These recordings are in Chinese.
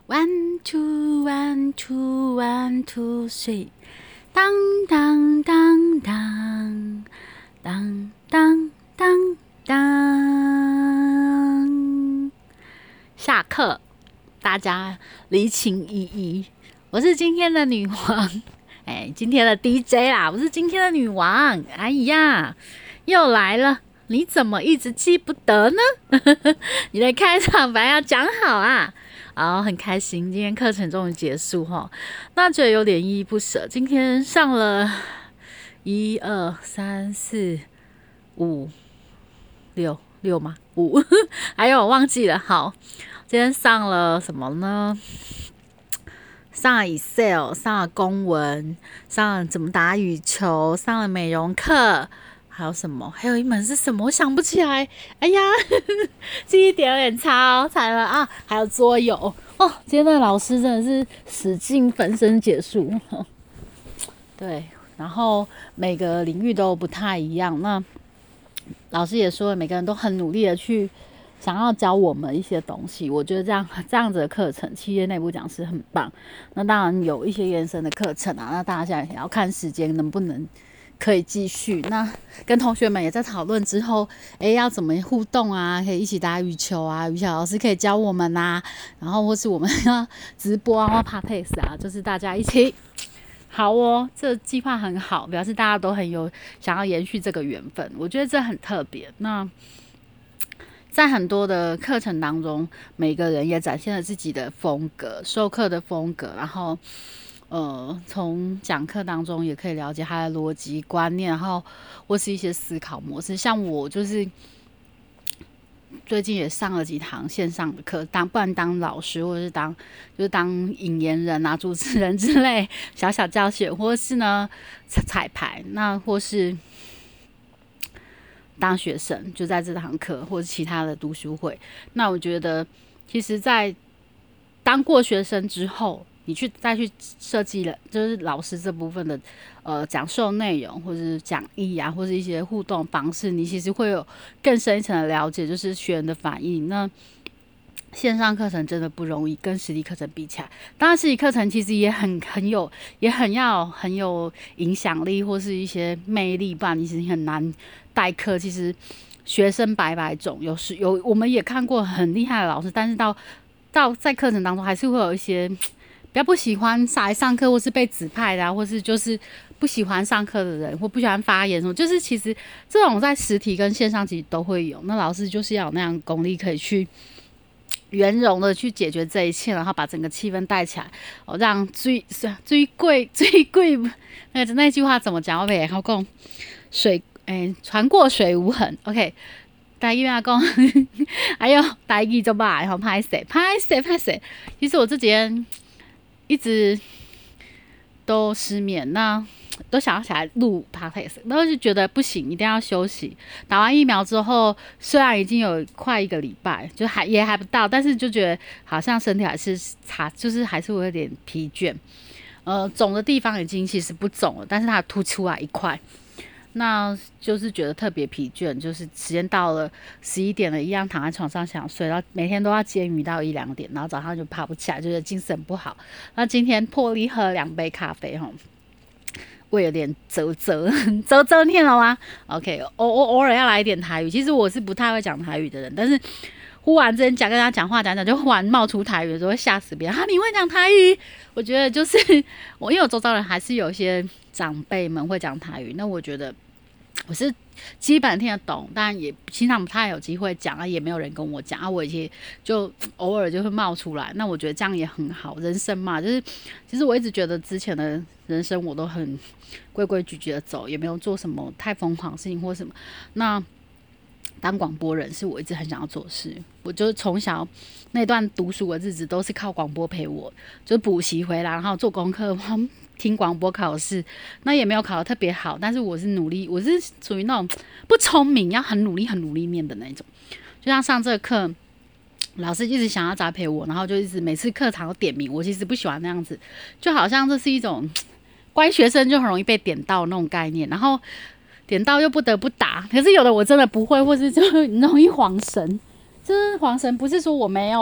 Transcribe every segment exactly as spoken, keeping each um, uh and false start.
One two one two one two three， 当当当当当当当当。下课，大家离情依依。我是今天的女王，哎，今天的 D J 啦，我是今天的女王。哎呀，又来了。你怎么一直记不得呢？你的开场白要讲好啊！好，很开心，今天课程终于结束哈，那觉得有点依依不舍。今天上了一二三四五六六吗？五，还有我忘记了。好，今天上了什么呢？上了 Excel， 上了公文，上了怎么打羽球，上了美容课。还有什么？还有一门是什么？我想不起来。哎呀，记忆点有点差哦，惨了啊！还有桌游哦。今天的老师真的是使尽浑身解数。对，然后每个领域都不太一样。那老师也说了，每个人都很努力的去想要教我们一些东西。我觉得这样这样子的课程，企业内部讲师很棒。那当然有一些延伸的课程啊，那大家现在也要看时间能不能。可以继续，那跟同学们也在讨论之后，哎，要怎么互动啊？可以一起打羽球啊，羽球老师可以教我们啊，然后或是我们要直播啊、podcast 啊，就是大家一起。好哦，这计划很好，表示大家都很有想要延续这个缘分，我觉得这很特别。那在很多的课程当中，每个人也展现了自己的风格，授课的风格，然后。呃，从讲课当中也可以了解他的逻辑观念，然后或是一些思考模式。像我就是最近也上了几堂线上的课，当不然当老师，或者是当就是当引言人啊、主持人之类，小小教学，或是呢彩排，那或是当学生，就在这堂课或是其他的读书会。那我觉得，其实，在当过学生之后。你去再去设计了，就是老师这部分的呃讲授内容，或者是讲义啊，或者一些互动方式，你其实会有更深一层的了解，就是学员的反应。那线上课程真的不容易，跟实体课程比起来，当然实体课程其实也很很有，也很要很有影响力，或是一些魅力，不然你其实很难代课。其实学生百百种，有时有我们也看过很厉害的老师，但是到到在课程当中还是会有一些。比较不喜欢来上课，或是被指派的、啊，或是就是不喜欢上课的人，或不喜欢发言什么，就是其实这种在实体跟线上其实都会有。那老师就是要有那样功力，可以去圆融的去解决这一切，然后把整个气氛带起来，哦，让最最贵最贵那个那句话怎么讲？我也好讲水诶，船过水无痕。OK。台语啊，讲，还有台语怎么然后拍谁拍谁拍谁。其实我这几天。一直都失眠，那都想要起来录 podcast， 然后就觉得不行，一定要休息。打完疫苗之后，虽然已经有快一个礼拜，就还也还不到，但是就觉得好像身体还是差，就是还是会有点疲倦。呃，肿的地方已经其实不肿了，但是它凸出来一块。那就是觉得特别疲倦，就是时间到了十一点了，一样躺在床上想睡，然后每天都要煎鱼到一两点，然后早上就爬不起来，就是精神不好。那今天破例喝了两杯咖啡，吼，胃有点啧啧啧啧念了吗 ？OK， 偶偶偶尔要来一点台语。其实我是不太会讲台语的人，但是忽然之间讲跟他讲话讲讲，就忽然冒出台语的时候会吓死别人。啊，你会讲台语？我觉得就是我，因为我周遭人还是有一些长辈们会讲台语，那我觉得。我是基本听得懂，但也经常不太有机会讲啊，也没有人跟我讲啊，我以前就偶尔就会冒出来。那我觉得这样也很好，人生嘛，就是其实我一直觉得之前的人生我都很规规矩矩的走，也没有做什么太疯狂的事情或什么。那当广播人是我一直很想要做的事，我就从小那段读书的日子都是靠广播陪我，就补习回来，然后做功课。听广播考试，那也没有考得特别好，但是我是努力，我是属于那种不聪明，要很努力、很努力念的那种。就像上这个课，老师一直想要栽培我，然后就一直每次课堂都点名，我其实不喜欢那样子，就好像这是一种乖学生就很容易被点到那种概念，然后点到又不得不打，可是有的我真的不会，或是就很容易晃神。就是晃神，不是说我没有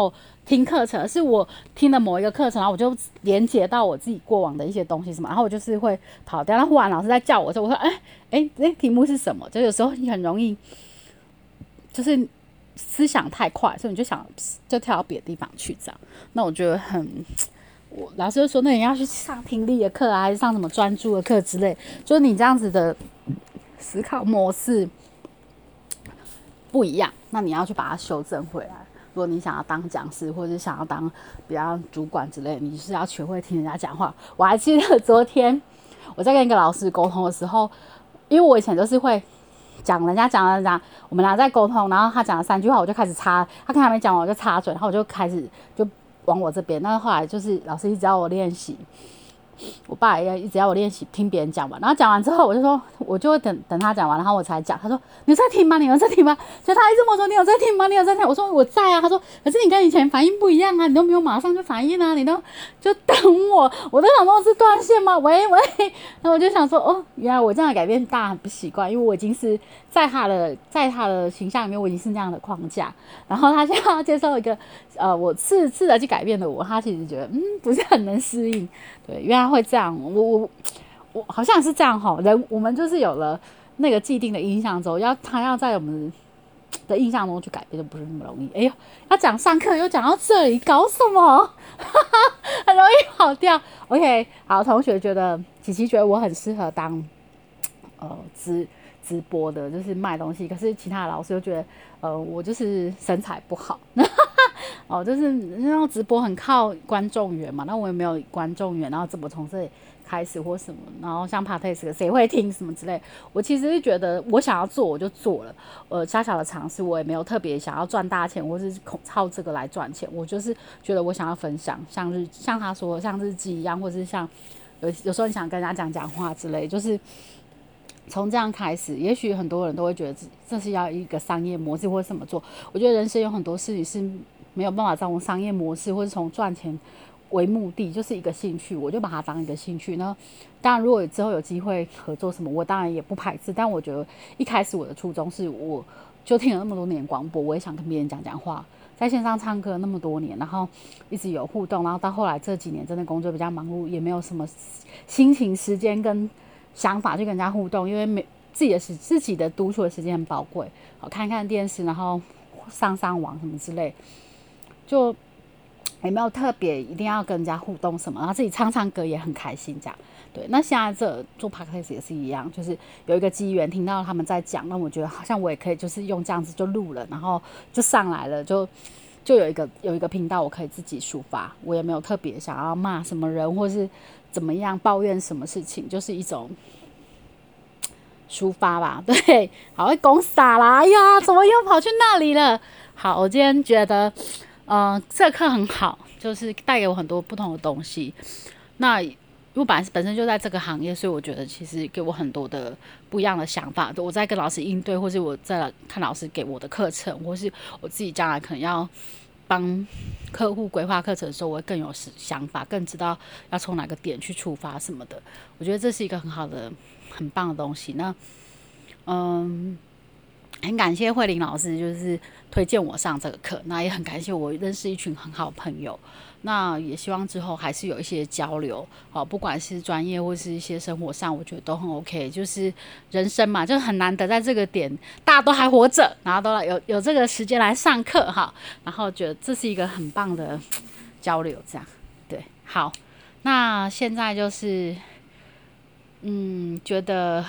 听课程，是我听了某一个课程，然后我就连接到我自己过往的一些东西什么，然后我就是会跑掉。然后忽然老师在叫我的时候，我说：“哎哎，这题目是什么？”就有时候你很容易就是思想太快，所以你就想就跳到别的地方去这样。那我觉得很，我老师就说，那你要去上听力的课啊，还是上什么专注的课之类，就是你这样子的思考模式不一样，那你要去把它修正回来。如果你想要当讲师，或者是想要当比较主管之类，你是要学会听人家讲话。我还记得昨天我在跟一个老师沟通的时候，因为我以前都是会讲人家讲了讲，我们俩在沟通，然后他讲了三句话，我就开始插，他看还没讲完我就插嘴，然后我就开始就往我这边。那后来就是老师一直要我练习，我爸也一直要我练习听别人讲完，然后讲完之后，我就说，我就会等等他讲完，然后我才讲。他说：“你有在听吗？你有在听吗？”所以他一直问我说：“你有在听吗？你有在听？”我说：“我在啊。”他说：“可是你跟以前反应不一样啊，你都没有马上就反应啊，你都就等我。”我都想说是断线吗？喂喂，然后我就想说，哦，原来我这样的改变大家很不习惯，因为我已经是在他的在他的形象里面，我已经是那样的框架，然后他现在要接受一个呃，我试试着去改变的我，他其实觉得嗯不是很能适应。对，原来会这样，我我我好像是这样哈，人我们就是有了那个既定的印象之后，要他要在我们的印象中去改变，就不是那么容易。哎呦，要讲上课又讲到这里，搞什么？很容易跑掉。OK， 好，同学觉得琪琪觉得我很适合当呃直直播的，就是卖东西，可是其他的老师又觉得呃我就是身材不好。哦，就是那种直播很靠观众缘嘛，那我也没有观众缘，然后怎么从这里开始或什么，然后像 Podcast 谁会听什么之类，我其实是觉得我想要做我就做了，呃，小小的尝试，我也没有特别想要赚大钱，或是靠这个来赚钱，我就是觉得我想要分享，像日像他说像日记一样，或是像有有时候你想跟人家讲讲话之类，就是从这样开始，也许很多人都会觉得这是要一个商业模式或者怎么做，我觉得人生有很多事情是没有办法从商业模式或者从赚钱为目的，就是一个兴趣，我就把它当一个兴趣。那当然，如果之后有机会合作什么，我当然也不排斥。但我觉得一开始我的初衷是，我就听了那么多年广播，我也想跟别人讲讲话，在线上唱歌那么多年，然后一直有互动，然后到后来这几年真的工作比较忙碌，也没有什么心情、时间跟想法去跟人家互动，因为没自己的时自己的独处的时间很宝贵，好看看电视，然后上上网什么之类。就也没有特别一定要跟人家互动什么，然后自己唱唱歌也很开心这样。对，那现在这做 podcast 也是一样，就是有一个机缘听到他们在讲，那我觉得好像我也可以就是用这样子就录了，然后就上来了，就就有一个有一个频道我可以自己抒发，我也没有特别想要骂什么人或是怎么样抱怨什么事情，就是一种抒发吧。对，好会讲傻啦，哎呀，怎么又跑去那里了？好，我今天觉得。呃，这课很好，就是带给我很多不同的东西。那因为我本来本身就在这个行业，所以我觉得其实给我很多的不一样的想法。我在跟老师应对，或是我在看老师给我的课程，或是我自己将来可能要帮客户规划课程的时候，我会更有想法，更知道要从哪个点去出发什么的。我觉得这是一个很好的、很棒的东西。那，嗯。很感谢慧玲老师，就是推荐我上这个课。那也很感谢我认识一群很好的朋友。那也希望之后还是有一些交流，好，不管是专业或是一些生活上，我觉得都很 OK。就是人生嘛，就很难得在这个点大家都还活着，然后都有有这个时间来上课哈，然后觉得这是一个很棒的交流，这样对。好，那现在就是嗯，觉得。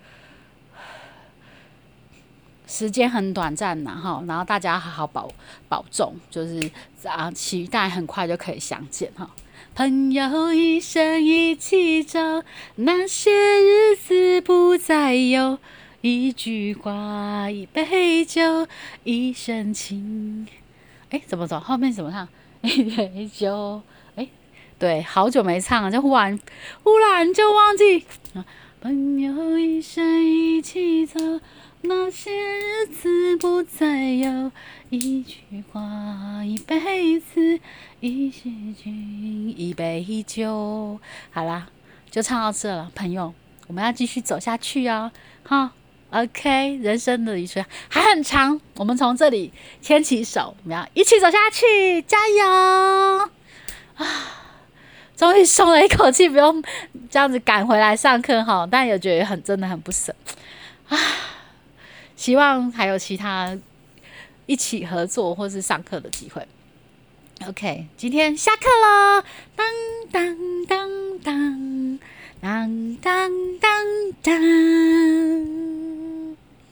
时间很短暂呐，哈，然后大家好好保保重，就是啊，期待很快就可以相见哈。朋友一生一起走，那些日子不再有。一句话，一杯酒，一生情。哎，怎么走？后面怎么唱？一杯酒，哎，对，好久没唱了，就忽然忽然就忘记。朋友一生一起走。那些日子不再有，一句话，一辈子，一些情，一杯酒。好啦，就唱到这了，朋友，我们要继续走下去哦，哈。 OK，人生的旅程还很长，我们从这里牵起手，我们要一起走下去，加油！啊，终于松了一口气，不用这样子赶回来上课哈，但也觉得很真的很不舍啊。希望还有其他一起合作或是上课的机会。OK， 今天下课喽！当当当当当当当当。